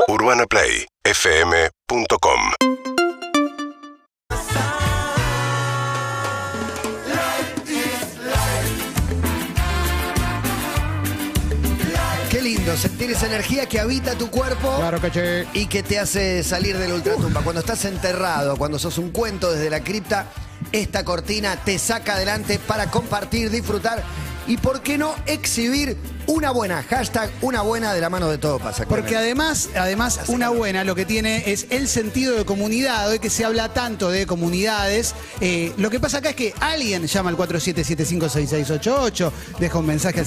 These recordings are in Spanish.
UrbanaPlayFM.com. Qué lindo sentir esa energía que habita tu cuerpo. Claro que sí. Y que te hace salir de la ultratumba. Cuando estás enterrado, cuando sos un cuento desde la cripta, esta cortina te saca adelante para compartir, disfrutar y, ¿por qué no, exhibir una buena? Hashtag una buena de la mano de Todo Pasa. Porque además, una buena lo que tiene es el sentido de comunidad. Hoy que se habla tanto de comunidades, lo que pasa acá es que alguien llama al 47756688, deja un mensaje al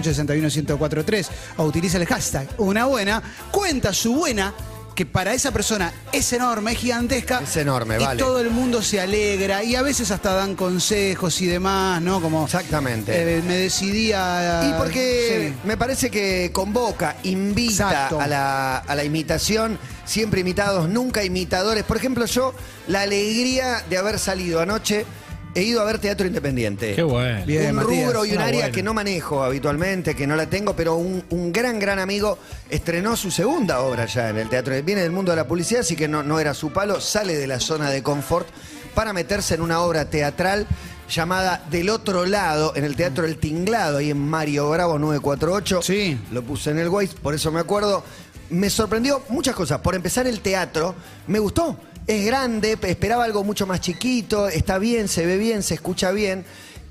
68611043 o utiliza el hashtag una buena, cuenta su buena, que para esa persona es enorme, es gigantesca. Es enorme, y vale. todo el mundo se alegra y a veces hasta dan consejos y demás, ¿no? Como exactamente. Me decidí a... Y porque sí. me parece que convoca, invita Exacto. a la imitación, siempre imitados, nunca imitadores. Por ejemplo, yo, la alegría de haber salido anoche, he ido a ver teatro independiente. Qué bueno. Bien, un Matías. rubro y un área bueno. que no manejo habitualmente, que no la tengo, pero un gran amigo estrenó su segunda obra ya en el teatro. Viene del mundo de la publicidad, así que no era su palo, sale de la zona de confort para meterse en una obra teatral llamada Del Otro Lado, en el Teatro El Tinglado, ahí en Mario Bravo 948. Sí. Lo puse en el Waze, por eso me acuerdo. Me sorprendió muchas cosas. Por empezar, el teatro me gustó. Es grande, esperaba algo mucho más chiquito, está bien, se ve bien, se escucha bien,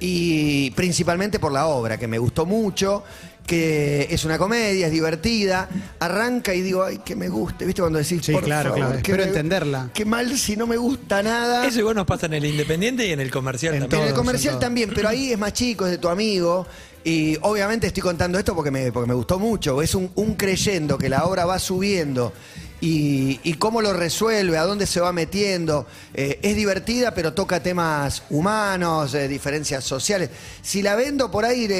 y principalmente por la obra, que me gustó mucho, que es una comedia, es divertida, arranca y digo, ay, que me guste, ¿viste? Cuando decís, Sí, por claro, favor, claro. que Espero entenderla. Qué mal si no me gusta nada. Eso igual nos pasa en el Independiente y en el comercial En también. En el todos, comercial en todos. también, pero ahí es más chico, es de tu amigo. Y obviamente estoy contando esto porque me gustó mucho. Es un creyendo que la obra va subiendo y cómo lo resuelve, a dónde se va metiendo. Es divertida, pero toca temas humanos, diferencias sociales. Si la vendo por ahí,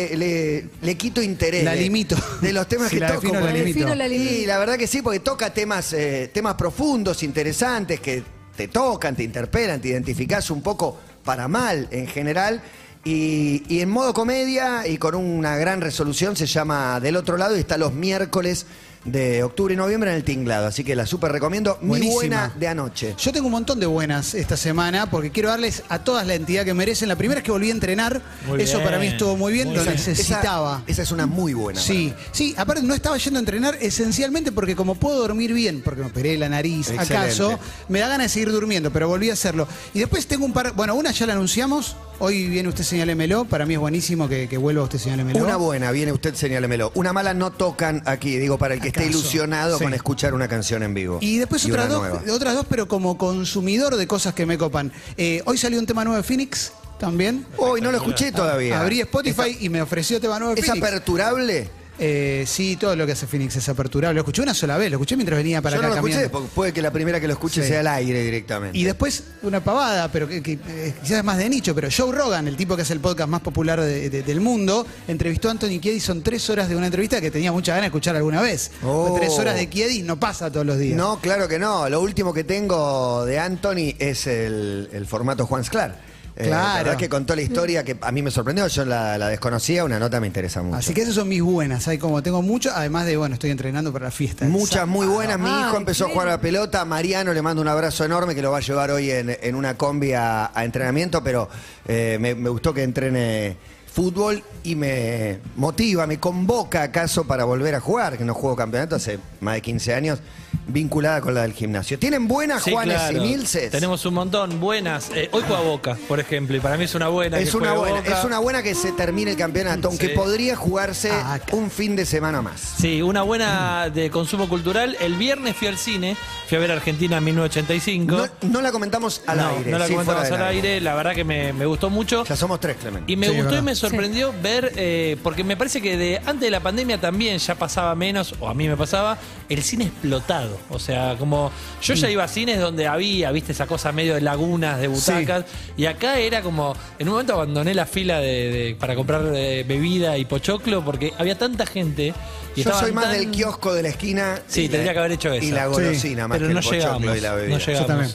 le quito interés. La limito. De los temas Si que la toco. defino, la porque- limito. Y la verdad que sí, porque toca temas profundos, interesantes, que te tocan, te interpelan, te identificás un poco para mal en general. Y en modo comedia y con una gran resolución, se llama Del Otro Lado y está los miércoles de octubre y noviembre en el Tinglado. Así que la súper recomiendo. Mi Buenísima. buena de anoche. Yo tengo un montón de buenas esta semana porque quiero darles a todas la entidad que merecen. La primera es que volví a entrenar. Muy Eso bien. para mí estuvo muy bien. Muy Lo bien. necesitaba. Esa es una muy buena. Sí, sí, aparte no estaba yendo a entrenar esencialmente porque como puedo dormir bien, porque me operé la nariz, Excelente. acaso, me da ganas de seguir durmiendo, pero volví a hacerlo. Y después tengo un par, bueno, una ya la anunciamos, hoy viene Usted Señálemelo, para mí es buenísimo que vuelva Usted Señálemelo. Una buena, viene usted, señálemelo. Una mala no tocan aquí, digo, para el que esté ¿Acaso? ilusionado Sí. con escuchar una canción en vivo. Y después una otras nueva. dos, pero como consumidor de cosas que me copan. Hoy salió un tema nuevo de Phoenix también. Hoy no lo escuché todavía. Abrí Spotify y me ofreció tema nuevo de ¿Es Phoenix. aperturable? Sí, todo lo que hace Phoenix es aperturable. Lo escuché una sola vez, lo escuché mientras venía para Yo acá no lo escuché, caminando. porque puede que la primera que lo escuche Sí. sea al aire directamente. Y después una pavada, pero que quizás es más de nicho, pero Joe Rogan, el tipo que es el podcast más popular del mundo, entrevistó a Anthony Kiedis. Son 3 horas de una entrevista que tenía mucha ganas de escuchar alguna vez. Oh. 3 horas de Kiedis no pasa todos los días. No, claro que no. Lo último que tengo de Anthony es el formato Juan Sclar. Claro. La verdad que contó la historia que a mí me sorprendió, yo la desconocía, una nota me interesa mucho. Así que esas son mis buenas, hay como tengo mucho, además de, bueno, estoy entrenando para la fiesta. Muchas muy buenas. Mi hijo Ay, empezó a jugar a la pelota. Mariano, le mando un abrazo enorme que lo va a llevar hoy en una combi a entrenamiento, pero me gustó que entrene fútbol y me motiva, me convoca acaso para volver a jugar, que no juego campeonato hace más de 15 años, vinculada con la del gimnasio. ¿Tienen buenas, Sí, Juanes claro. y Milces? Tenemos un montón, buenas. Hoy juega Boca, por ejemplo, y para mí es una buena. Es que una juegue buena, Boca. es una buena que se termine el campeonato, aunque Sí. podría jugarse Acá. un fin de semana más. Sí, una buena de consumo cultural. El viernes fui al cine, fui a ver Argentina en 1985. No la comentamos al aire. No la sí, comentamos fuera al del aire, la verdad que me gustó mucho. Ya somos 3, Clemente. Y me Sí, gustó y verdad. me sorprendió ver, porque me parece que antes de la pandemia también ya pasaba menos, o a mí me pasaba, el cine explotado. O sea, como yo ya iba a cines donde había, viste, esa cosa medio de lagunas, de butacas, y acá era como, en un momento abandoné la fila para comprar bebida y pochoclo porque había tanta gente. Y Yo estaban soy más tan- del kiosco de la esquina. Sí, tendría que haber hecho eso. Y la golosina, más pero que no el pochoclo llegamos, y la bebida. no llegamos. también.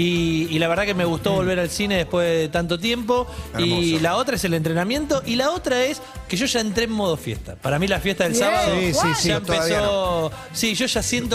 Y la verdad que me gustó volver al cine después de tanto tiempo. Y Hermoso. la otra es el entrenamiento. Y la otra es que yo ya entré en modo fiesta. Para mí la fiesta del Bien, sábado Sí, sí, sí, ya todavía empezó. Sí, yo ya siento que hay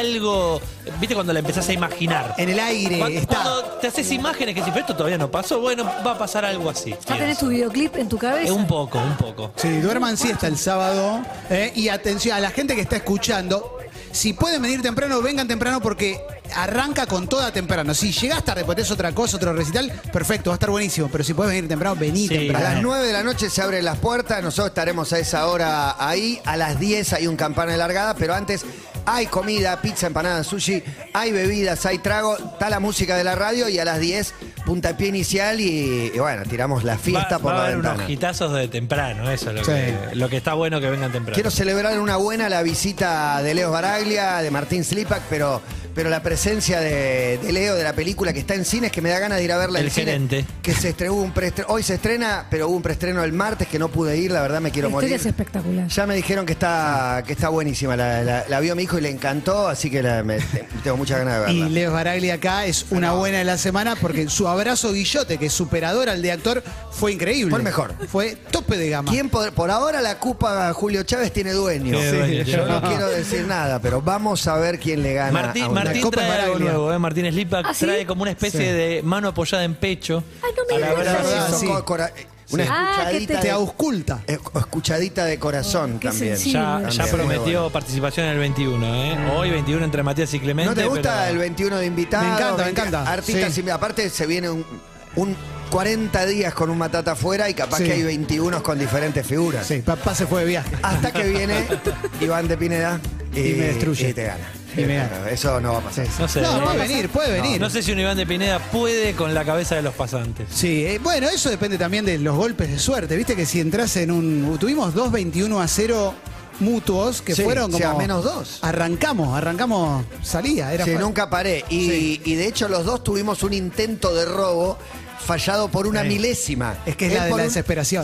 algo, ¿viste cuando la empezás a imaginar? En el aire Cuando te haces imágenes que si pero esto todavía no pasó, bueno, va a pasar algo así. ¿Ya tenés tu videoclip en tu cabeza? Un poco. Sí, duerman siesta el sábado. Y atención a la gente que está escuchando. Si pueden venir temprano, vengan temprano porque arranca con toda temprano. Si llegás tarde, porque es otra cosa, otro recital, perfecto, va a estar buenísimo. Pero si puedes venir temprano, vení Sí, temprano. A las 9 de la noche se abren las puertas, nosotros estaremos a esa hora ahí. A las 10 hay un campana de largada, pero antes hay comida, pizza, empanada, sushi, hay bebidas, hay trago, está la música de la radio y a las 10 puntapié inicial y bueno, tiramos la fiesta por va la a haber ventana. unos hitazos de temprano, eso es lo, Sí. lo que está bueno que vengan temprano. Quiero celebrar una buena la visita de Leo Baraglia, de Martín Slipak, pero la presencia de Leo de la película que está en cines, que me da ganas de ir a verla en El cine, gerente. que se estrenó, hoy se estrena, pero hubo un preestreno el martes que no pude ir, la verdad me quiero La historia morir. es espectacular. Ya me dijeron que está buenísima, la vio mi hijo y le encantó, así que tengo muchas ganas de verla. Y Leo Baraglia acá es una buena de la semana porque su abrazo Guillote, que es superador al de actor, fue increíble. Fue el mejor. Fue tope de gama. ¿Quién por ahora la Copa Julio Chávez tiene dueño? Tiene dueño, Yo tiene no quiero decir nada, pero vamos a ver quién le gana. Martín, a una- Martín Copa trae algo Baraglia. nuevo, Martín Slipak ¿Ah, sí? trae como una especie Sí. de mano apoyada en pecho. Ay, no me a la digas verdad, eso. verdad, Son sí. una Ah, que escuchadita, Te ausculta. escuchadita de corazón qué también. sencillo. Ya, Sí, ya muy prometió bueno. participación en el 21, ¿eh? Hoy 21 entre Matías y Clemente. ¿No te gusta pero- el 21 de invitados? Me encanta. Artistas, Sí. aparte se viene un 40 días con un matata afuera y capaz Sí. que hay 21 con diferentes figuras. Sí, papá se fue de viaje. Hasta que viene Iván de Pineda Y me destruye. Y te gana. Y me gana. Bueno, eso no va a pasar. No sé. No, puede venir. No sé si un Iván de Pineda puede con la cabeza de los pasantes. Sí, bueno, eso depende también de los golpes de suerte. Viste que si entras en un... Tuvimos 2-21-0 mutuos que Sí, fueron o sea, como... -2. Arrancamos, salía. Era Sí, fa- nunca paré. Y de hecho los dos tuvimos un intento de robo fallado por una Sí. milésima. Es que es Él la de por la un desesperación.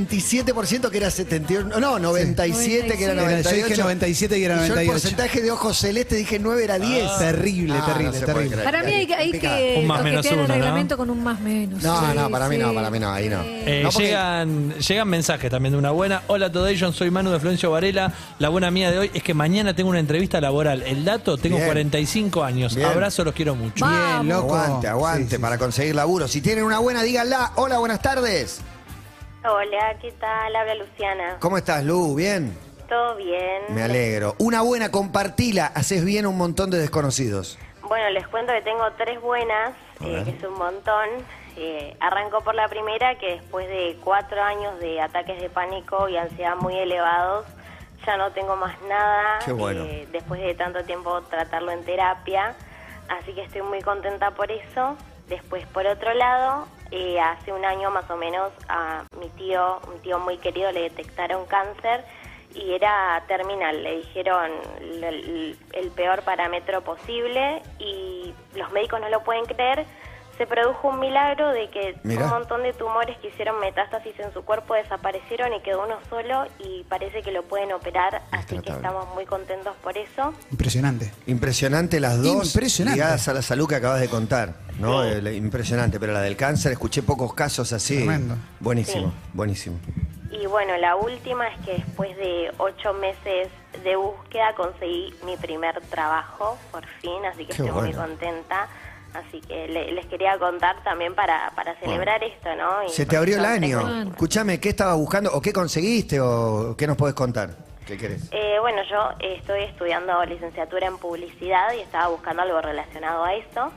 77% que era 71. No, 97 que era 97. 98. Yo dije 97 y era Yo el 98. porcentaje de ojos celeste dije 9 era 10. Terrible, Ah, terrible, no se puede terrible. creer. Para mí hay Picada. que Un más menos toquetear el uno, ¿no? reglamento con un más menos. No, Sí, no, para mí sí. no, ahí no. No, porque- Llegan mensajes también de una buena. Hola Todayson, soy Manu de Florencio Varela. La buena mía de hoy es que mañana tengo una entrevista laboral. El dato, tengo Bien. 45 años. Bien. Abrazo, los quiero mucho. Va. Bien, loco. Aguante, Sí, sí, para conseguir laburo. Si tienen una buena, díganla. Hola, buenas tardes. Hola, ¿qué tal? Habla Luciana. ¿Cómo estás, Lu? ¿Bien? ¿Todo bien? Me alegro. Una buena, compartila. Haces bien a un montón de desconocidos. Bueno, les cuento que tengo 3 buenas, que es un montón. Arranco por la primera, que después de 4 años de ataques de pánico y ansiedad muy elevados, ya no tengo más nada. Qué bueno. Después de tanto tiempo tratarlo en terapia, así que estoy muy contenta por eso. Después, por otro lado, hace un año más o menos a un tío muy querido, le detectaron cáncer y era terminal. Le dijeron el peor parámetro posible y los médicos no lo pueden creer. Se produjo un milagro de que Mirá. un montón de tumores que hicieron metástasis en su cuerpo desaparecieron y quedó uno solo y parece que lo pueden operar, así que tratable. estamos muy contentos por eso. Impresionante. Impresionante las dos Impresionante. ligadas a la salud que acabas de contar, ¿no? Sí. Impresionante, pero la del cáncer, escuché pocos casos así. Tremendo. Buenísimo, Sí. buenísimo. Y bueno, la última es que después de 8 meses de búsqueda conseguí mi primer trabajo, por fin, así que Qué estoy muy bueno. contenta. Así que les quería contar también para celebrar esto, ¿no? Y Se te abrió el porque son año. tres buenas. Escúchame, ¿qué estabas buscando o qué conseguiste o qué nos podés contar? ¿Qué querés? Bueno, yo estoy estudiando licenciatura en publicidad y estaba buscando algo relacionado a eso.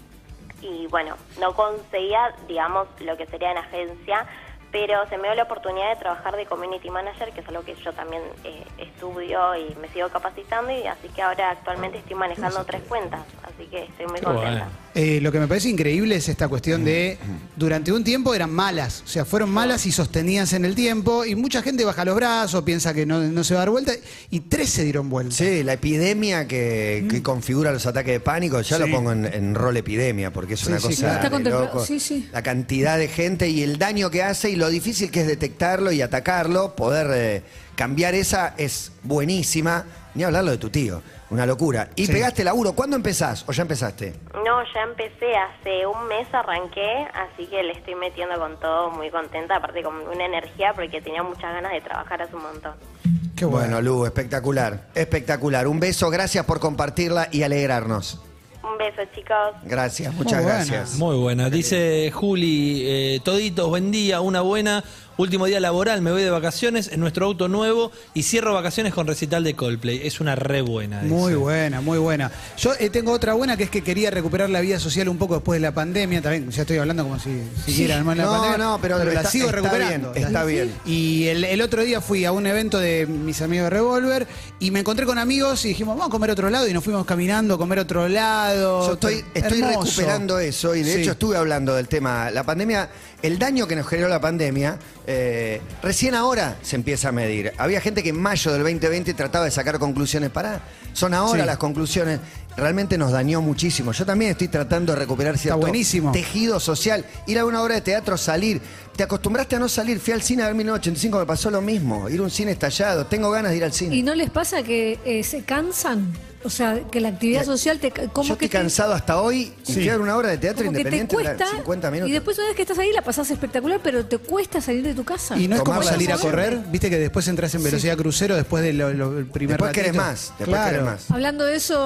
Y bueno, no conseguía, digamos, lo que sería en agencia, pero se me dio la oportunidad de trabajar de community manager, que es algo que yo también estudio y me sigo capacitando, y así que ahora actualmente estoy manejando 3 cuentas, así que estoy muy Qué contenta. bueno. Lo que me parece increíble es esta cuestión de, durante un tiempo eran malas, o sea, fueron malas y sostenías en el tiempo, y mucha gente baja los brazos, piensa que no se va a dar vuelta, y 3 se dieron vuelta. Sí, la epidemia que configura los ataques de pánico, ya Sí. lo pongo en rol epidemia, porque es Sí, una sí, cosa claro. Está de contemplado, loco. sí, sí. La cantidad de gente y el daño que hace y lo difícil que es detectarlo y atacarlo, poder cambiar esa es buenísima. Ni hablarlo de tu tío, una locura. Y Sí. pegaste laburo, ¿cuándo empezás o ya empezaste? No, ya empecé, hace un mes arranqué, así que le estoy metiendo con todo, muy contenta, aparte con una energía porque tenía muchas ganas de trabajar hace un montón. Qué bueno. Lu, espectacular, espectacular. Un beso, gracias por compartirla y alegrarnos. Un beso, chicos. Gracias, muchas buena. gracias. Muy buena. Dice Juli, toditos, buen día, una buena. Último día laboral, me voy de vacaciones en nuestro auto nuevo y cierro vacaciones con recital de Coldplay. Es una re buena. Dice. Muy buena, muy buena. Yo tengo otra buena que es que quería recuperar la vida social un poco después de la pandemia. También ya estoy hablando como si siguiera la pandemia. No, pero la está- sigo está recuperando. bien, está bien. Y el otro día fui a un evento de mis amigos de Revolver y me encontré con amigos y dijimos, vamos a comer a otro lado y nos fuimos caminando a comer a otro lado. Yo estoy Hermoso. recuperando eso y de Sí. hecho estuve hablando del tema, la pandemia, el daño que nos generó la pandemia, recién ahora se empieza a medir. Había gente que en mayo del 2020 trataba de sacar conclusiones. Son ahora Sí. las conclusiones. Realmente nos dañó muchísimo. Yo también estoy tratando de recuperar cierto buenísimo. tejido social. Ir a una obra de teatro, salir. Te acostumbraste a no salir. Fui al cine a ver 1985, me pasó lo mismo. Ir a un cine estallado. Tengo ganas de ir al cine. ¿Y no les pasa que se cansan? O sea, que la actividad social te... ¿cómo Yo que estoy cansado hasta hoy y fui a ver una obra de teatro como que te independiente cuesta, 50 minutos. y después una vez que estás ahí la pasás espectacular, pero te cuesta salir de tu casa. Y no es como Tomar la salir a decisión. correr, viste que después entras en velocidad crucero después del primer Después querés ratito. más. Después Claro. querés más. Hablando de eso,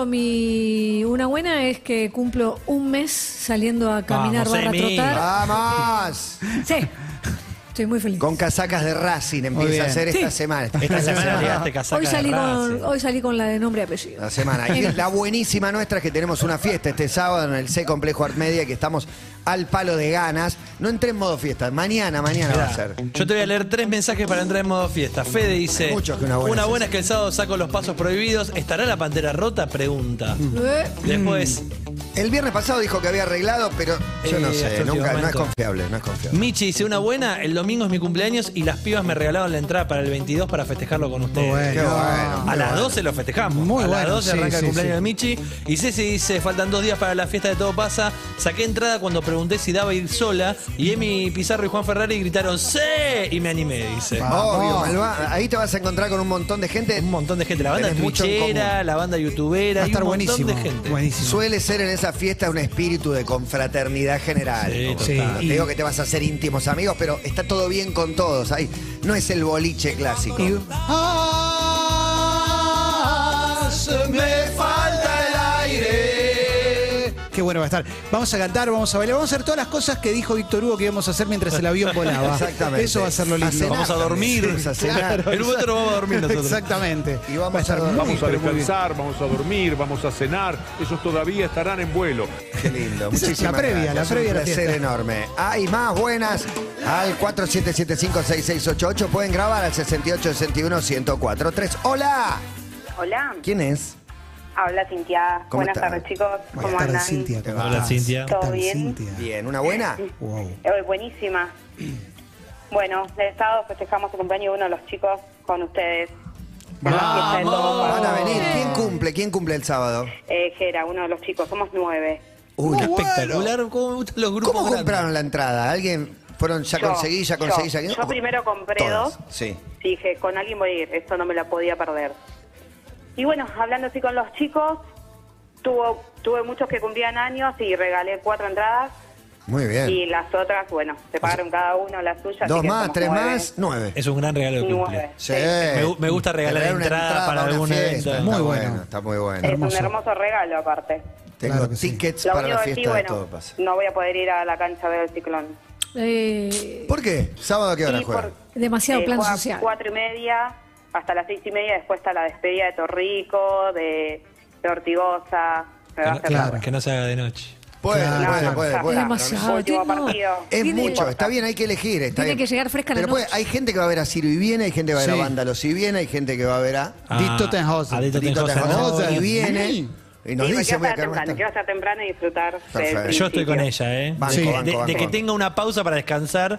una buena es que cumplo un mes saliendo a caminar Vamos, barra Emi. trotar. ¡Vamos! Sí, estoy muy feliz. Con casacas de Racing Muy empieza bien. a hacer esta Sí. semana. Esta semana llegaste casaca Hoy salí, de Racing. hoy salí con la de nombre y apellido. La semana. Y la buenísima nuestra es que tenemos una fiesta este sábado en el C Complejo Art Media, que estamos al palo de ganas. No entré en modo fiesta. Mañana va a ser. Yo te voy a leer 3 mensajes para entrar en modo fiesta. Fede dice: Muchos que una buena es que el sábado saco los pasos prohibidos. ¿Estará la pantera rota? Pregunta. Después, El viernes pasado dijo que había arreglado, pero yo no hasta sé, el último nunca, no es momento. confiable, no es confiable. Michi dice: una buena, el domingo es mi cumpleaños y las pibas me regalaron la entrada para el 22 para festejarlo con ustedes. Muy Qué bueno. bueno. A las 12 lo festejamos. Muy a las bueno, 12 sí, arranca el sí, cumpleaños sí. de Michi. Y Ceci dice: faltan 2 días para la fiesta de Todo Pasa. Saqué entrada cuando pregunté si daba ir sola. Y Emi Pizarro y Juan Ferrari gritaron ¡sí! Y me animé, dice. Obvio, Malva. Ahí te vas a encontrar con un montón de gente. Un montón de gente. La banda Tenés mucho en twitchera, común. la banda youtubera. Va a y estar un montón buenísimo. de gente. Buenísimo. Suele ser en esa fiesta un espíritu de confraternidad general. Sí, No total. te digo que te vas a hacer íntimos amigos, pero está todo bien con todos. Ahí no es el boliche clásico. Y- me falta el aire. Qué bueno va a estar. Vamos a cantar, vamos a bailar, vamos a hacer todas las cosas que dijo Víctor Hugo que íbamos a hacer mientras el avión volaba. Exactamente. Eso va a ser lo lindo. cenar Vamos a dormir. también, sí, a cenar. En un momento nos vamos a dormir nosotros. Exactamente. Y vamos Va a estar a dormir. muy, Vamos a pero muy bien. descansar, vamos a dormir, vamos a cenar. Ellos todavía estarán en vuelo. Qué lindo. Esa es Muchísimas la previa, gracias. la previa de la Un placer fiesta. enorme. Hay más buenas. Al 47756688 pueden grabar al 6861-1043. ¡Hola! Hola, ¿Quién es? habla Cintia. ¿Cómo Buenas estás? tardes, chicos. ¿Cómo Buenas tardes, andan? Cintia. ¿Cómo Hola, estás? Cintia. ¿Qué ¿Todo tal, bien? Cintia? Bien, ¿una buena? Wow. Buenísima. Bueno, el sábado festejamos el cumpleaños de uno de los chicos con ustedes. En la fiesta de Todo Pasa. Van a venir. ¿Quién cumple el sábado? Gera, uno de los chicos. Somos 9. Uy, Espectacular. ¿Cómo me gustan los grupos ¿Cómo grandes? compraron la entrada? ¿Alguien fueron, ya conseguí? Yo primero compré Todas, 2. Sí. Y dije, con alguien voy a ir. Esto no me la podía perder. Y bueno, hablando así con los chicos, tuve muchos que cumplían años y regalé 4 entradas. Muy bien. Y las otras, bueno, se pagaron cada uno la suya. así 2 que más, somos 3 9. más, 9. Es un gran regalo de cumple. 9. Sí. Me gusta regalar Te una entrada para una algún fiesta. evento. Está Muy bueno. Está muy bueno. Es Hermoso. un hermoso regalo aparte. Tengo Claro que sí. tickets Lo para único la que fiesta sí, de bueno, Todo Pasa. no voy a poder ir a la cancha a ver el ciclón. ¿Por qué? ¿Sábado a qué hora Y juega? por- Demasiado plan juega social. 4:30 hasta las 6:30. Después está la despedida de Torrico, de Ortigosa. Me va a hacer claro. la- Que no se haga de noche. Puede, Claro. puede. Es demasiado. Último No. partido. Es Tiene- mucho, está bien, hay que elegir. Está Tiene bien. que llegar fresca la Pero noche. hay gente que va a ver a Ciro y viene, hay gente que va a ver Sí. a Vándalos y viene, hay gente que va a ver a Dito Tenhausen. A Dito Tito Tenhausen. Tenhausen y Sí. viene. Y nos Sí, me dice, quiero voy a estar quedar más temprano, tarde. quiero estar temprano y disfrutar Perfecto. del Yo estoy con principio. ella, ¿eh? Banco, Sí, banco, de banco. que tenga una pausa para descansar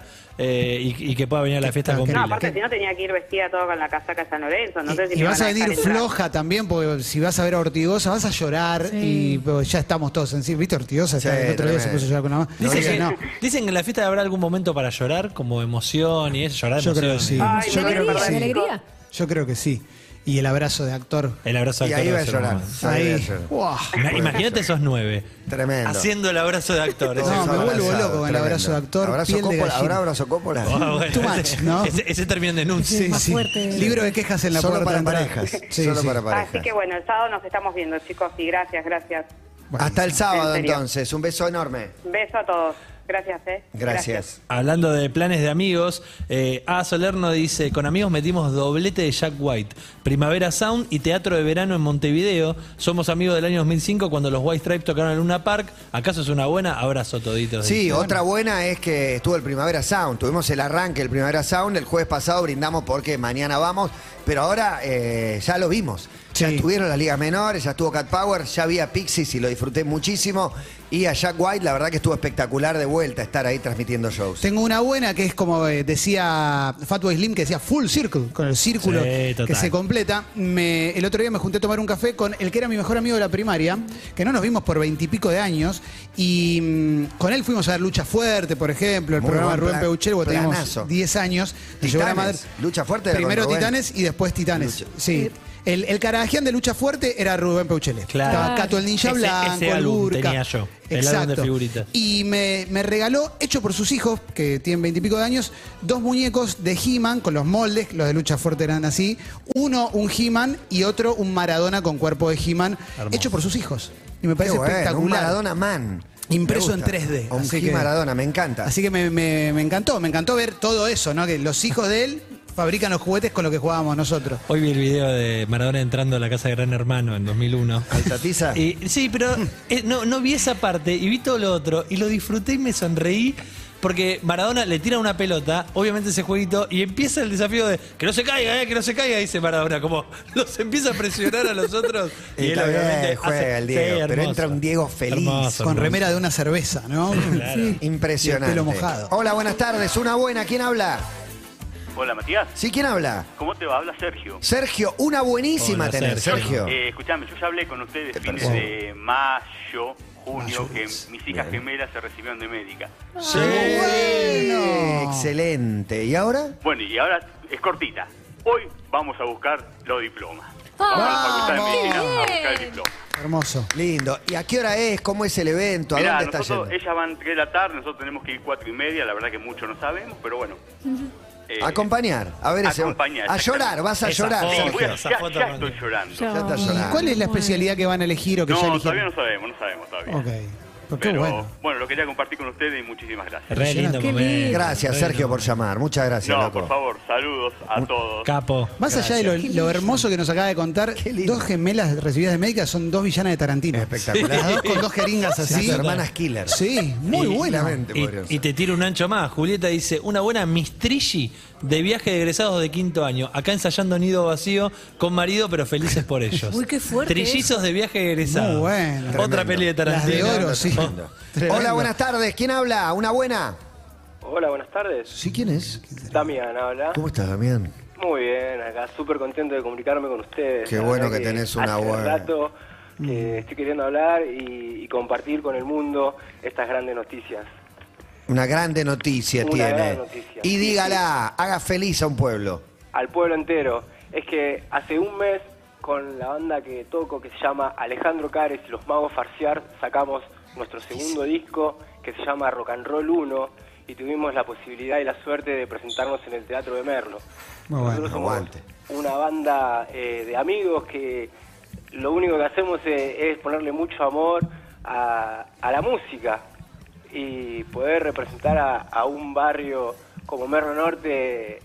y que pueda venir a la fiesta Claro, con que- No, pila. aparte si no tenía que ir vestida todo con la casaca de San Lorenzo, no sé si Y me vas a van venir dejar entrar. floja también, porque si vas a ver a Ortigosa vas a llorar y pues, ya estamos todos en sí. ¿Viste? Ortigosa Sí, está- el otro día se tremendo. puso a llorar con la mamá. Dicen, Dice que, no. dicen que en la fiesta habrá algún momento para llorar, como emoción y eso, llorar de Yo creo que emoción. sí. Ay, Yo no, creo que alegría, sí. alegría. Yo creo que sí. Y el abrazo de actor. El abrazo de Y actor. ahí va a ser llorar. hermoso. Ahí va a Ahí. llorar. Wow. Imagínate esos 9. Tremendo. Haciendo el abrazo de actor. No, Ese- me vuelvo Abrazado, loco con el abrazo de actor, ¿Abrazo piel de Coppola? gallina. ¿Habrá abrazo Coppola? Ah, bueno, Too much, ¿no? Ese termina en denuncia. Sí, más sí. fuerte. Libro de quejas en la Solo puerta para de entrada. parejas. Sí, Solo sí. para parejas. Así que bueno, el sábado nos estamos viendo, chicos, y gracias. Hasta el sábado, En serio. entonces. Un beso enorme. Beso a todos. Gracias, Gracias. Hablando de planes de amigos, A. Solerno dice, con amigos metimos doblete de Jack White, Primavera Sound y Teatro de Verano en Montevideo. Somos amigos del año 2005 cuando los White Stripes tocaron en Luna Park. ¿Acaso es una buena? Abrazo toditos. Sí, otra buena es que estuvo el Primavera Sound. Tuvimos el arranque del Primavera Sound. El jueves pasado brindamos porque mañana vamos. Pero ahora ya lo vimos. Ya Sí. estuvieron las ligas menores, ya estuvo Cat Power, ya había Pixies y lo disfruté muchísimo. Y a Jack White, la verdad que estuvo espectacular de vuelta estar ahí transmitiendo shows. Tengo una buena que es como decía Fatboy Slim, que decía full circle, con el círculo Sí, total. que se completa. El otro día me junté a tomar un café con el que era mi mejor amigo de la primaria, que no nos vimos por 20 y pico de años, y con él fuimos a ver Lucha Fuerte, por ejemplo, el Muy programa de buen Rubén Peuchel, porque teníamos planazo. 10 años. Nos llevó a la Titanes. madre. Lucha Fuerte era Primero con Rubén. Titanes y después Titanes. Lucha. Sí. El Caragián de Lucha Fuerte era Rubén Peuchele. Claro. Estaba Cato el Ninja Ese Blanco, álbum Lurca. tenía yo, el álbum de Exacto. figuritas. Y me regaló, hecho por sus hijos, que tienen 20 y pico de años, 2 muñecos de He-Man con los moldes, los de Lucha Fuerte eran así. Uno un He-Man y otro un Maradona con cuerpo de He-Man, hecho por sus hijos. Y me Qué parece bueno, espectacular. un Maradona Man. Impreso Me en gusta. 3D, Un así He que- Maradona, me encanta. Así que me encantó ver todo eso, ¿no? Que los hijos de él fabrican los juguetes con lo que jugábamos nosotros. Hoy vi el video de Maradona entrando a la casa de Gran Hermano en 2001. Altatiza. Sí, pero no vi esa parte y vi todo lo otro y lo disfruté y me sonreí porque Maradona le tira una pelota, obviamente ese jueguito, y empieza el desafío de que no se caiga, que no se caiga, dice Maradona, como los empieza a presionar a los otros. Y él está bien, obviamente juega hace- el Diego, sí, pero hermoso. entra un Diego feliz. Hermoso, Con hermoso. remera de una cerveza, ¿no? Sí. Impresionante. Y el pelo mojado. Hola, buenas tardes. Una buena. ¿Quién habla? Hola Matías, Sí, ¿quién habla? ¿cómo te va? Habla Sergio. Sergio, una buenísima Hola, tenés, Sergio. Sergio. Escuchame, yo ya hablé con ustedes ¿Qué fines tal? de mayo, junio, Mayo, que es. mis hijas gemelas se recibieron de médica. Sí, bueno. excelente. ¿Y ahora? Bueno, y ahora es cortita. Hoy vamos a buscar los diplomas. Vamos a la Facultad de Medicina a buscar el diploma. Hermoso. Lindo. ¿Y a qué hora es? ¿Cómo es el evento? ¿A Mirá, dónde está nosotros, yendo? ellas van 3 de la tarde, nosotros tenemos que ir 4:30, la verdad que mucho no sabemos, pero bueno. Acompañar. A ver, acompañar, a llorar, vas a Esa llorar, foto. Sí, Sergio. voy a- esa ya, foto ya manda. estoy llorando. Ya está ¿Y llorando. cuál es la especialidad que van a elegir o que ya No, eligieron? todavía no sabemos todavía. Ok. Pues qué Pero bueno. lo quería compartir con ustedes y muchísimas gracias. Re lindo Qué momento. lindo. Gracias, Re Sergio, lindo por llamar. Muchas gracias, No, loco. por favor, saludos a todos. Capo. Más allá de lo hermoso que nos acaba de contar, Qué lindo. 2 gemelas recibidas de médica son 2 villanas de Tarantino. Espectacular. Las 2 con 2 jeringas así. Las hermanas Killer. Sí, muy buena. Tranquilamente podrían Y ser. te tiro un ancho más. Julieta dice, una buena mistrilli de viaje de egresados de 5º año. Acá ensayando nido vacío con marido, pero felices por ellos. Uy, qué fuerte Trillizos de viaje de egresados. Muy bueno. Otra Tremendo. peli de Tarantino. Las de oro, sí. Tremendo. Tremendo. Hola, buenas tardes. ¿Quién habla? ¿Una buena? Hola, buenas tardes. ¿Sí, quién es? Damián habla. ¿Cómo estás, Damián? Muy bien, acá súper contento de comunicarme con ustedes. Qué La bueno verdad que tenés una hace buena. rato que estoy queriendo hablar y compartir con el mundo estas grandes noticias. Una grande noticia Una tiene. gran noticia. Y dígala, haga feliz a un pueblo. Al pueblo entero. Es que hace un mes, con la banda que toco, que se llama Alejandro Cares y los Magos Farciar, sacamos nuestro segundo disco, que se llama Rock and Roll 1, y tuvimos la posibilidad y la suerte de presentarnos en el Teatro de Merlo. Muy bueno. Nosotros somos Aguante. una banda de amigos que lo único que hacemos es ponerle mucho amor a la música y poder representar a un barrio como Merlo Norte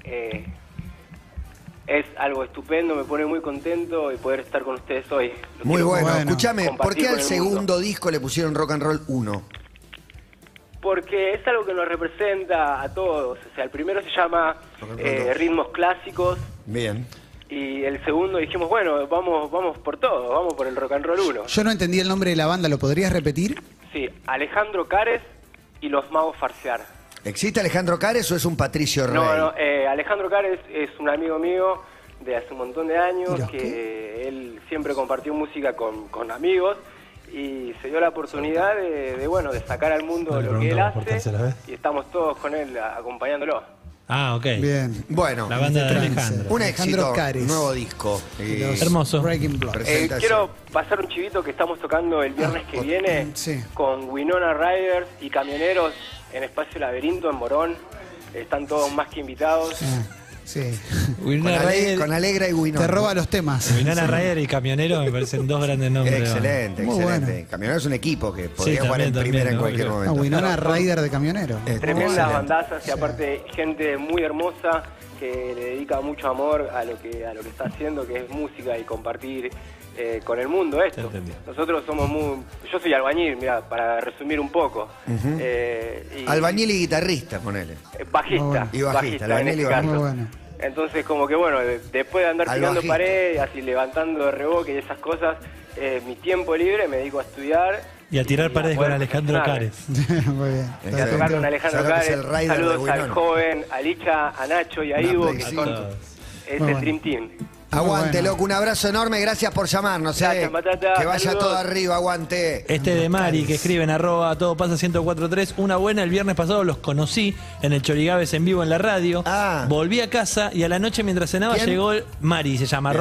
es algo estupendo, me pone muy contento y poder estar con ustedes hoy. Lo Muy quiero bueno. bueno. Escúchame, ¿por compartir qué con al el segundo mundo. disco le pusieron Rock and Roll 1? Porque es algo que nos representa a todos. O sea, el primero se llama Rock and Roll 2. Ritmos Clásicos Bien. y el segundo dijimos, bueno, vamos por todo, vamos por el Rock and Roll 1. Yo no entendí el nombre de la banda, ¿lo podrías repetir? Sí, Alejandro Cares y los Magos Farciar. ¿Existe Alejandro Cares o es un Patricio Rey? No, Alejandro Cares es un amigo mío de hace un montón de años, Mira, que él siempre compartió música con amigos y se dio la oportunidad de sacar al mundo No le lo que él preguntamos por hace tercera vez. y estamos todos con él acompañándolo. Ah, ok. Bien. Bueno, La banda de Trance. Alejandro. un Alejandro éxito, Cares. nuevo disco. Los Hermoso. Breaking Block. Presentación. Quiero pasar un chivito que estamos tocando el viernes que viene sí. con Winona Riders y Camioneros en Espacio Laberinto en Morón. Están todos más que invitados. Sí. Con Alegra y Winona. Te roba los temas. Winona Ryder y Camionero me parecen dos grandes nombres. Excelente, Muy excelente. bueno. Camionero es un equipo que podría jugar también, en primera en también, cualquier obvio. momento. Winona Rider de camionero. Tremendas Excelente. bandazas y aparte gente muy hermosa que le dedica mucho amor a lo que está haciendo, que es música y compartir con el mundo esto. Entendí. Nosotros somos yo soy albañil, mira, para resumir un poco. Y Albañil y guitarrista, ponele. bajista. Muy bueno. Y bajista, en albañil y este bajista. caso. Muy bueno. Entonces como que bueno, después de andar Al tirando bajista. pared, así levantando de reboque y esas cosas, mi tiempo libre me dedico a estudiar. Y a tirar paredes con poder Alejandro perfeccionarme. Cares. Muy bien. Y a tocar con Alejandro Sabes que es Cares. el rider de Saludos al Winona. joven, a Licha, a Nacho y a Una Ivo, Play que cinco. son es Muy el bueno. Dream Team. Aguante, bueno. loco, un abrazo enorme, gracias por llamarnos. Gracias, Matata, que vaya saludos. todo arriba, aguante. Este de Mari, que escribe en @todo pasa 1043. Una buena, el viernes pasado los conocí en el Chorigaves en vivo en la radio. Ah. Volví a casa y a la noche mientras cenaba ¿Quién? llegó Mari, se llama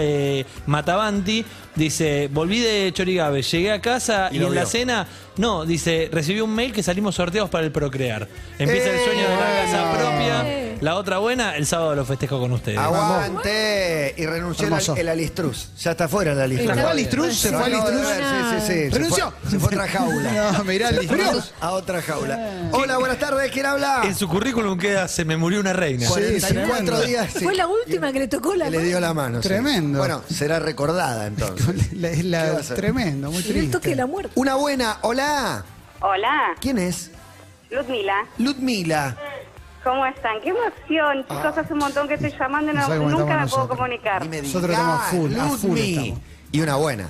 Matavanti. Dice, volví de Chorigaves, llegué a casa Y y lo en la vio. cena, no, dice, recibí un mail que salimos sorteados para el Procrear. Empieza el sueño de la casa propia. La otra buena, el sábado lo festejo con ustedes. Aguante. Y renunció Hermoso. el Alistruz. Ya está fuera el Alistruz. ¿Se fue Alistruz? ¿Se Lo fue acabo de Alistruz? ver, sí. ¿Renunció? Se fue a otra jaula. No, mirá el Alistruz. A otra jaula. Hola, buenas tardes, ¿quién habla? En su currículum queda, se me murió una reina. 44 tremendo. días. sí. Fue la última que le tocó la Que le mano. dio la mano. sí. Tremendo. Bueno, será recordada entonces. ¿Qué va a hacer? Tremendo, muy Le toque triste. la muerte. Una buena, hola. Hola, ¿Quién es? Ludmila. Ludmila. ¿Cómo están? ¡Qué emoción! Chicos, hace un montón que estoy llamando y No sabe cómo nunca estamos me puedo nosotros. comunicar. Ni me Nosotros digas, estamos full Ludmi. estamos. Y una buena.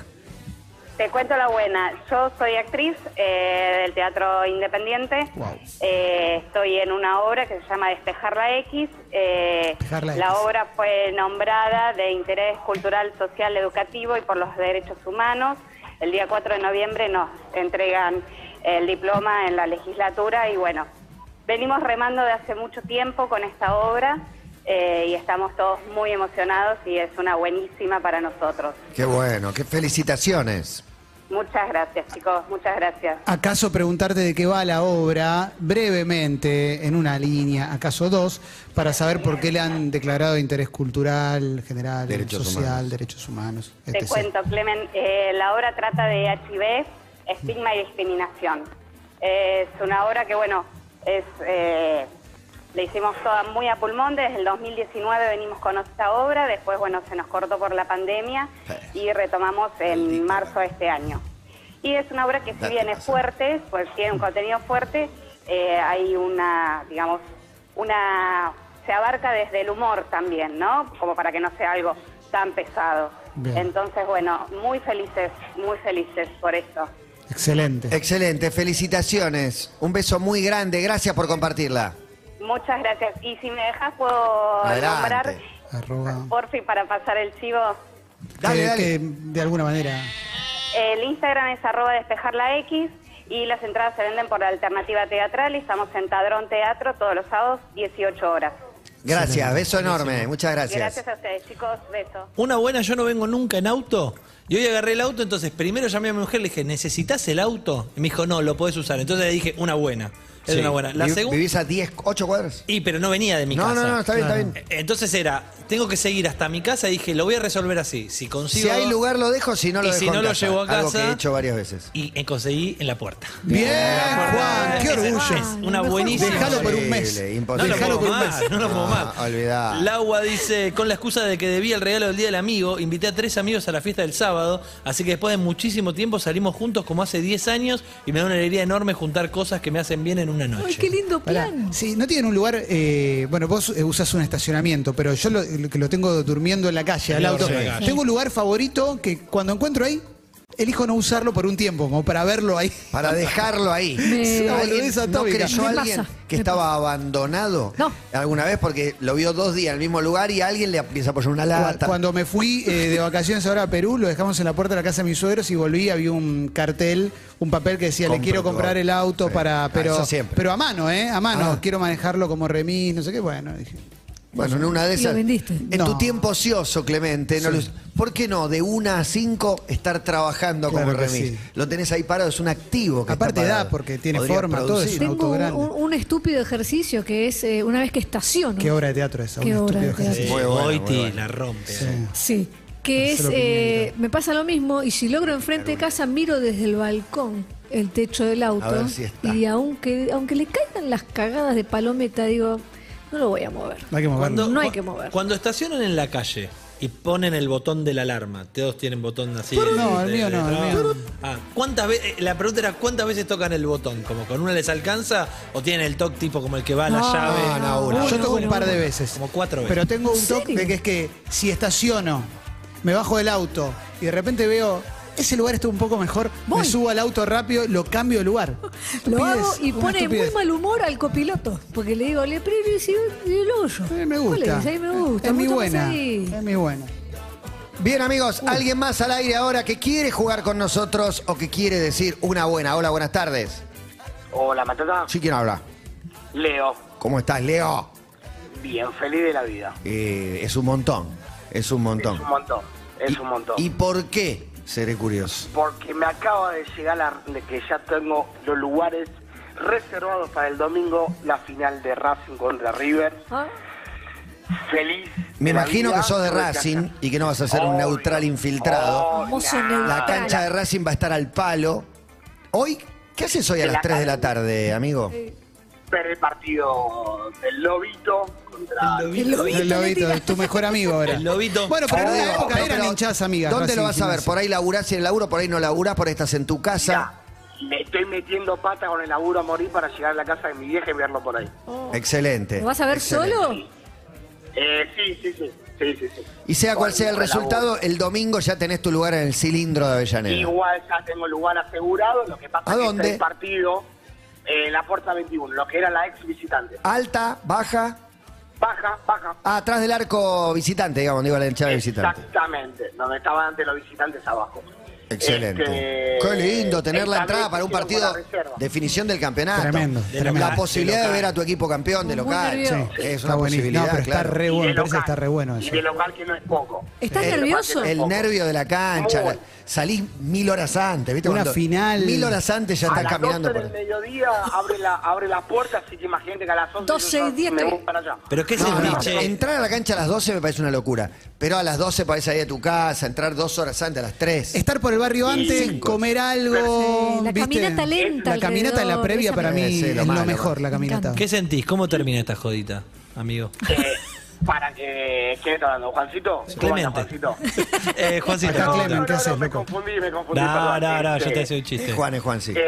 Te cuento la buena. Yo soy actriz del Teatro Independiente. Wow. Estoy en una obra que se llama Despejar la X. Despejar la X. obra fue nombrada de interés cultural, social, educativo y por los derechos humanos. El día 4 de noviembre nos entregan el diploma en la legislatura y bueno, venimos remando de hace mucho tiempo con esta obra y estamos todos muy emocionados y es una buenísima para nosotros. Qué bueno, qué felicitaciones. Muchas gracias, chicos, muchas gracias. ¿Acaso preguntarte de qué va la obra, brevemente, en una línea, acaso dos, para saber por qué le han declarado de interés cultural, general, Derechos social, humanos. derechos humanos? Te etc.? cuento, Clemen, la obra trata de HIV, estigma y discriminación. Es una obra que, bueno, le hicimos toda muy a pulmón. Desde el 2019 venimos con esta obra, después, bueno, se nos cortó por la pandemia y retomamos en marzo de este año. Y es una obra que si bien es fuerte, pues tiene un contenido fuerte, hay una, digamos, se abarca desde el humor también, ¿no? Como para que no sea algo tan pesado. Bien. Entonces, bueno, muy felices por eso. Excelente. Excelente, felicitaciones. Un beso muy grande, gracias por compartirla. Muchas gracias. Y si me dejas, puedo Adelante. nombrar, Arroba. porfi, para pasar el chivo. Dale, dale. Que de alguna manera. El Instagram es @despejarlax y las entradas se venden por Alternativa Teatral y estamos en Tadrón Teatro todos los sábados, 18 horas. Gracias, beso enorme, muchas gracias. Gracias a ustedes, chicos. Beso. Una buena, yo no vengo nunca en auto. Y hoy agarré el auto, entonces primero llamé a mi mujer, le dije, ¿necesitas el auto? Y me dijo, no, lo podés usar. Entonces le dije, una buena. Es Sí. una buena. La segunda. ¿Vivís a 8 cuadras? Y pero no venía de mi No, casa. no, está bien, Claro. está bien. Entonces era, tengo que seguir hasta mi casa y dije, lo voy a resolver así. Si consigo. Si hay lugar lo dejo, si no lo Y dejo si en no lo casa. llevo a Algo casa- que he hecho varias veces. Y conseguí en la puerta. Bien, Juan, qué Es orgullo. una buenísima. Déjalo por un mes. Imposible, No imposible. lo Dejalo puedo por un más, mes. no lo puedo más. Olvidá. Laura dice, con la excusa de que debía el regalo del Día del Amigo, invité a 3 amigos a la fiesta del sábado, así que después de muchísimo tiempo salimos juntos como hace 10 años y me da una alegría enorme juntar cosas que me hacen bien en una noche. Ay, qué lindo Pará. plan. Sí, no tienen un lugar, bueno, vos usas un estacionamiento, pero yo que lo tengo durmiendo en la calle, al auto. en la calle. Tengo un lugar favorito que cuando encuentro ahí, elijo no usarlo por un tiempo, como para verlo ahí. Para dejarlo ahí. Es una ¿Alguien boludez no atómica. creyó Me alguien pasa. que estaba abandonado? No. ¿Alguna vez? Porque lo vio 2 días en el mismo lugar y alguien le empieza a poner una lata. Cuando me fui de vacaciones ahora a Perú, lo dejamos en la puerta de la casa de mis suegros y volví, había un cartel, un papel que decía, le quiero comprar el auto Sí. para... Eso siempre. Pero a mano, a mano. Quiero manejarlo como remis, no sé qué. Bueno, dije... Bueno, en una de Y lo esas. vendiste. En No. tu tiempo ocioso, Clemente, no ¿por qué no de 1 a 5 estar trabajando Claro como que remis? sí. Lo tenés ahí parado, es un activo que Aparte está da, parado. porque tiene Podría forma, todo producir. es un auto Tengo grande. un estúpido ejercicio que es una vez que estaciono. Qué obra de teatro esa. Qué un obra de estúpido teatro. ejercicio. Muy bueno, Goiti muy bueno. la rompe. Sí. Sí. Que Eso es lo que me pasa lo mismo y si logro enfrente de casa miro desde el balcón el techo del auto A ver si está. y aunque le caigan las cagadas de palometa digo, no lo voy a mover. No hay que moverlo. No hay que mover. Cuando estacionan en la calle y ponen el botón de la alarma, todos tienen botón así. No, el mío no, el mío. ¿Cuántas veces? La pregunta era ¿cuántas veces tocan el botón? ¿Como con una les alcanza o tienen el toque tipo como el que va a la No, llave? no, Yo toco un par de uno. veces. Como 4 veces. Pero tengo un ¿En toque serio? que es que si estaciono, me bajo del auto y de repente veo ese lugar está un poco mejor, Voy. me subo al auto rápido, lo cambio de lugar. Lo hago y Una pone estupidez. muy mal humor al copiloto. Porque le digo, le pero y el hoyo. Me ¿Cuál gusta. es? Ahí me gusta. Es me mi gusta más buena. ahí. Es mi buena. Bien, amigos, ¿alguien más al aire ahora que quiere jugar con nosotros o que quiere decir una buena? Hola, buenas tardes. Hola, Matata. ¿Sí quién habla? Leo, ¿Cómo estás, Leo? bien feliz de la vida. Es un montón, es un montón. Es un montón, es un montón. ¿Y por qué? Seré curioso. Porque me acaba de llegar de que ya tengo los lugares reservados para el domingo, la final de Racing contra River. Ah, Feliz. Me de la imagino vida. que sos de Tuve que Racing hacer- y que no vas a ser un Obvio. neutral infiltrado. famoso Hola. neutral. La cancha de Racing va a estar al palo. Hoy, ¿qué haces hoy a En las la 3 de la academia. tarde, amigo? Ver el partido del Lobito contra... El lobito El le lobito, tira. es tu mejor amigo ahora. El lobito. Bueno, pero en una Pero, época pero, eran hinchadas amigas. ¿Dónde lo Racing, vas a ver? Gimnasia. Por ahí laburás y en el laburo, por ahí no laburás, por ahí estás en tu casa. Mira, me estoy metiendo pata con el laburo a morir para llegar a la casa de mi vieja y verlo por ahí. Excelente. ¿Lo vas a ver excelente. solo? Sí. Y sea cual sea el Por laburo. resultado, el domingo ya tenés tu lugar en el cilindro de Avellaneda. Igual ya tengo lugar asegurado, lo que pasa ¿A es que dónde? este es el partido en la Puerta 21, lo que era la ex visitante. Alta, baja, Baja. atrás del arco visitante, digamos, digo la hinchada de visitante. Exactamente, donde estaban antes los visitantes abajo. Excelente. Qué lindo tener la entrada para un partido, definición del campeonato. Tremendo, La tremendo. posibilidad de ver a tu equipo campeón de Muy local. nervioso. Es Está una buenísimo. posibilidad, No, pero está claro. re Y bueno, de me parece que local, está re bueno Y eso. de local que no es poco. ¿Estás De local nervioso? que no es El poco. nervio de la cancha, Muy. salís 1000 horas antes, ¿viste? Una Cuando final. 1000 horas antes ya A estás las caminando 12 por del mediodía abre la puerta, así que imagínate que a las 11 12 yo y 10 me te- voy para allá. ¿Pero qué No, sentís, no, che? entrar a la cancha a las 12 me parece una locura. Pero a las 12 podés salir de tu casa, entrar 2 horas antes, a las 3. Estar por el barrio antes, 5. comer algo. Sí, la ¿viste? caminata lenta La caminata en la alrededor, previa esa para me- mí Sí, es lo lo malo, mejor, la caminata. ¿Qué sentís? ¿Cómo termina esta jodita, amigo? Para que... ¿Quién está hablando? ¿Juancito? ¿Cómo Clemente. anda, Juancito? Juancito. Acá Clemen, ¿qué haces, me loco? confundí, No, perdón. yo te hacía un chiste. Es Juan, sí.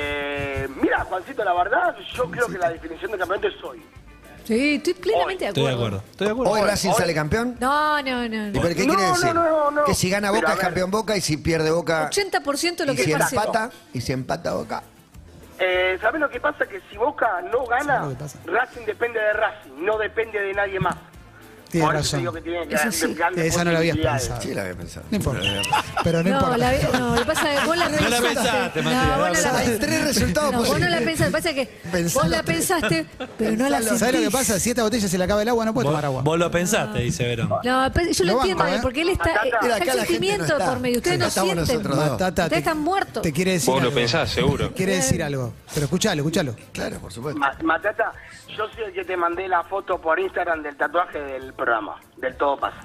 Mira, Juancito, la verdad, yo creo que la definición de campeón es hoy. Sí, estoy plenamente de Estoy de acuerdo. acuerdo. ¿Hoy Racing sale campeón? No. ¿Y pero qué No, quiere decir? no. Que si gana Pero, Boca a es ver. campeón Boca y si pierde Boca... 80% de lo y que si pase. empata, y si empata Boca... ¿Sabes lo que pasa? Que si Boca no gana, lo que pasa? Racing depende de Racing, no depende de nadie más. Tienes Por eso razón. te digo que tiene Eso sí. grandes Esa no la habías posibilidades. pensado. Sí, la había pensado. No importa. Pero no, No, importa. lo que pasa es que vos la No la pensaste. pensaste, No, Matías, vos no la Hay 3 resultados No, vos no la posibles. pensaste. Pasa que Pensalo vos la tres. pensaste, pero no la Pensalo. sentís. ¿Sabes lo que pasa? Si esta botella se le acaba el agua, no puede tomar agua. Vos lo pensaste, dice Verón. No, yo lo Lo entiendo, banco, ¿eh? porque él está, Matata. está Mira, el acá la gente sentimiento no está. por medio. Ustedes no Estamos sienten. nosotros dos. Matata, Ustedes están muertos. Te quiere decir Vos lo algo. pensás, seguro. Quiere decir algo. Pero escuchalo. Claro, por supuesto. Matata, yo soy el que te mandé la foto por Instagram del tatuaje del programa, del Todo Pasa.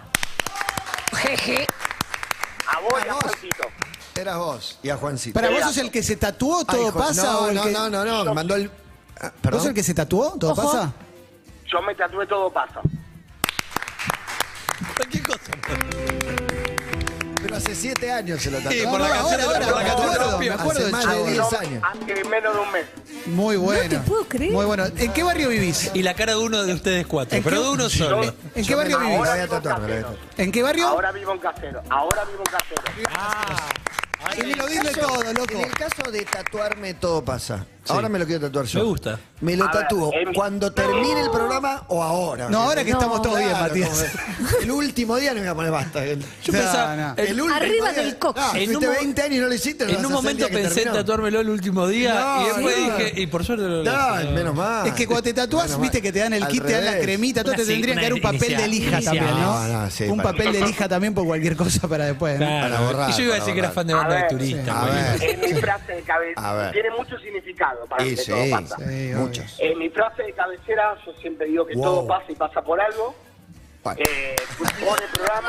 Jeje. A vos y a vos. Juancito. Eras vos y a Juancito. Para vos sos el que se tatuó, todo Ay, Juan- pasa. No, o el no, que... no, me mandó el... Ah, ¿Vos ¿Perdón? sos el que se tatuó, todo Ojo. pasa? Yo me tatué Todo Pasa. ¿Qué cosa? Pero hace 7 años se lo tatuó. Sí, por la canción de ahora, por la canción de me Propio. acuerdo Hace del más show. de 10 años. Hace menos de un mes. Muy bueno. te puedo creer. Muy bueno. ¿En qué barrio vivís? Y la cara de uno de ustedes 4, ¿En pero qué- de uno solo. ¿En qué barrio Me vivís? la voy a tatuar, me la voy a tatuar. ¿En qué barrio? Ahora vivo en Casero. Y dilo, dile todo, loco. En el caso de tatuarme todo pasa, Ahora me lo quiero tatuar yo. Me gusta. Me lo A ver, tatúo cuando termine el programa o ahora. No, ahora que estamos todos bien, Matías. El último día no me voy a poner basta. Yo pensaba, no. El último Arriba día- del cox. No, En fuiste un mo- 20 años y no lo hiciste. lo en vas un a hacer el momento día que pensé en terminó. tatuármelo el último día No, y después no. dije, y por suerte lo No, menos mal. Es que cuando te tatúas, Menos viste mal. que te dan el Al kit, te dan la revés. cremita, todo Una te tendrían que dar un papel inicial, de lija inicial. también, ¿no? No, sí, Un para- papel de lija también por cualquier cosa para después, ¿no? Claro. Para borrar, Y yo iba a para decir que era borrar. fan de banda A de ver, turista. A ver. Es mi frase de A cabecera. ver. Tiene mucho significado para Sí, que sí, todo pasa. Sí, obvio. muchos. Mi frase de cabecera, yo siempre digo que Wow. todo pasa y pasa por algo. Bueno, Pone programa.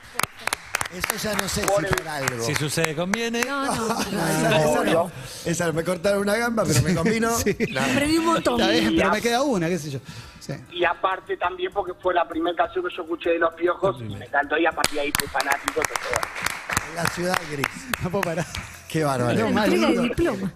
eso ya no sé si por algo. Si sucede, conviene. No, no. Esa no. Esa no. Me cortaron una gamba, pero me combino. No. Aprendí un montón. Está bien, Y pero a- me queda una, qué sé yo. Sí. Y aparte también porque fue la primera canción que yo escuché de Los Piojos y me encantó y a partir de ahí fui fanático de todo. La ciudad gris. No puedo parar. Qué bárbaro. No, más Entrega de lindo. diploma.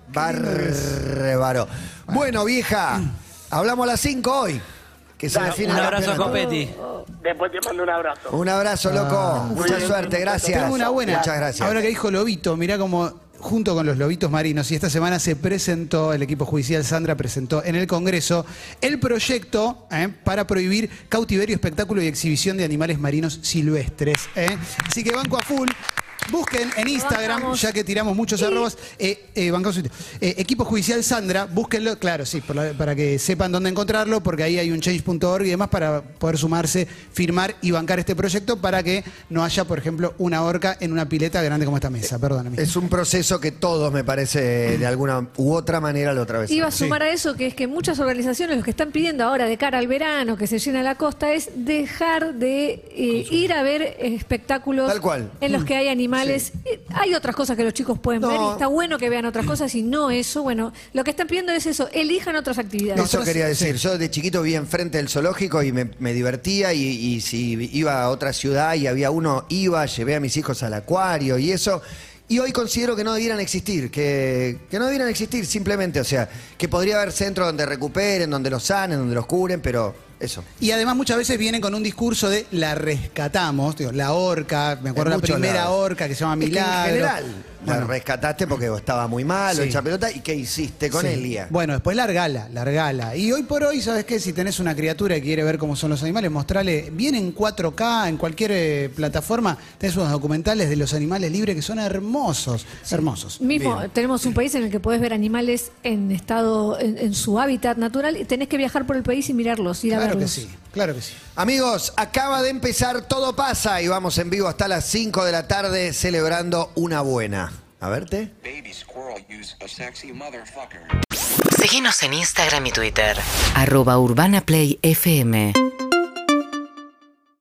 Bárbaro. Bueno, vieja, hablamos a las 5 hoy. Que se Dale, define Un el abrazo, campeonato. Copetti. Después te mando un abrazo. Un abrazo, loco. Mucha bien, suerte, gracias. Tengo una buena. Muchas gracias. Ahora que dijo Lobito, mirá como junto con los lobitos marinos, y esta semana se presentó, el equipo judicial Sandra presentó en el Congreso el proyecto para prohibir cautiverio, espectáculo y exhibición de animales marinos silvestres. Así que banco a full. Busquen en Instagram, Bancamos. ya que tiramos muchos arrobas, bancamos un- equipo judicial Sandra, búsquenlo, claro, sí, para que sepan dónde encontrarlo, porque ahí hay un change.org y demás para poder sumarse, firmar y bancar este proyecto para que no haya, por ejemplo, una orca en una pileta grande como esta mesa. Perdóname. Es un proceso que todos, me parece, de alguna u otra manera lo atravesamos. Iba a sumar a eso que es que muchas organizaciones lo que están pidiendo ahora de cara al verano, que se llena la costa, es dejar de ir a ver espectáculos Tal cual. en los que hay animales. Hay otras cosas que los chicos pueden No. ver y está bueno que vean otras cosas y no eso. Bueno, lo que están pidiendo es eso, elijan otras actividades. Eso quería decir. Yo de chiquito vi enfrente del zoológico y me divertía y si iba a otra ciudad y había uno, llevé a mis hijos al acuario y eso. Y hoy considero que no debieran existir, que no debieran existir simplemente. O sea, que podría haber centros donde recuperen, donde los sanen, donde los curen, pero eso. Y además muchas veces vienen con un discurso de la rescatamos, digo, la orca, me acuerdo En la muchos primera lados. orca que se llama Es que Milagro. en general la Bueno. rescataste porque estaba muy mal, Sí. hecha pelota. ¿Y qué hiciste con Sí. Elia? Bueno, después largala. Y hoy por hoy, ¿sabes qué? Si tenés una criatura que quiere ver cómo son los animales, mostrale, viene en 4K, en cualquier plataforma, tenés unos documentales de los animales libres que son hermosos, hermosos. Mismo, Bien. tenemos un país en el que podés ver animales en estado, en su hábitat natural y tenés que viajar por el país y mirarlos, ir a Claro que verlos. sí, claro que sí. Amigos, acaba de empezar Todo Pasa y vamos en vivo hasta las 5 de la tarde celebrando una buena. A verte. Síguenos en Instagram y Twitter. @UrbanaPlayFM.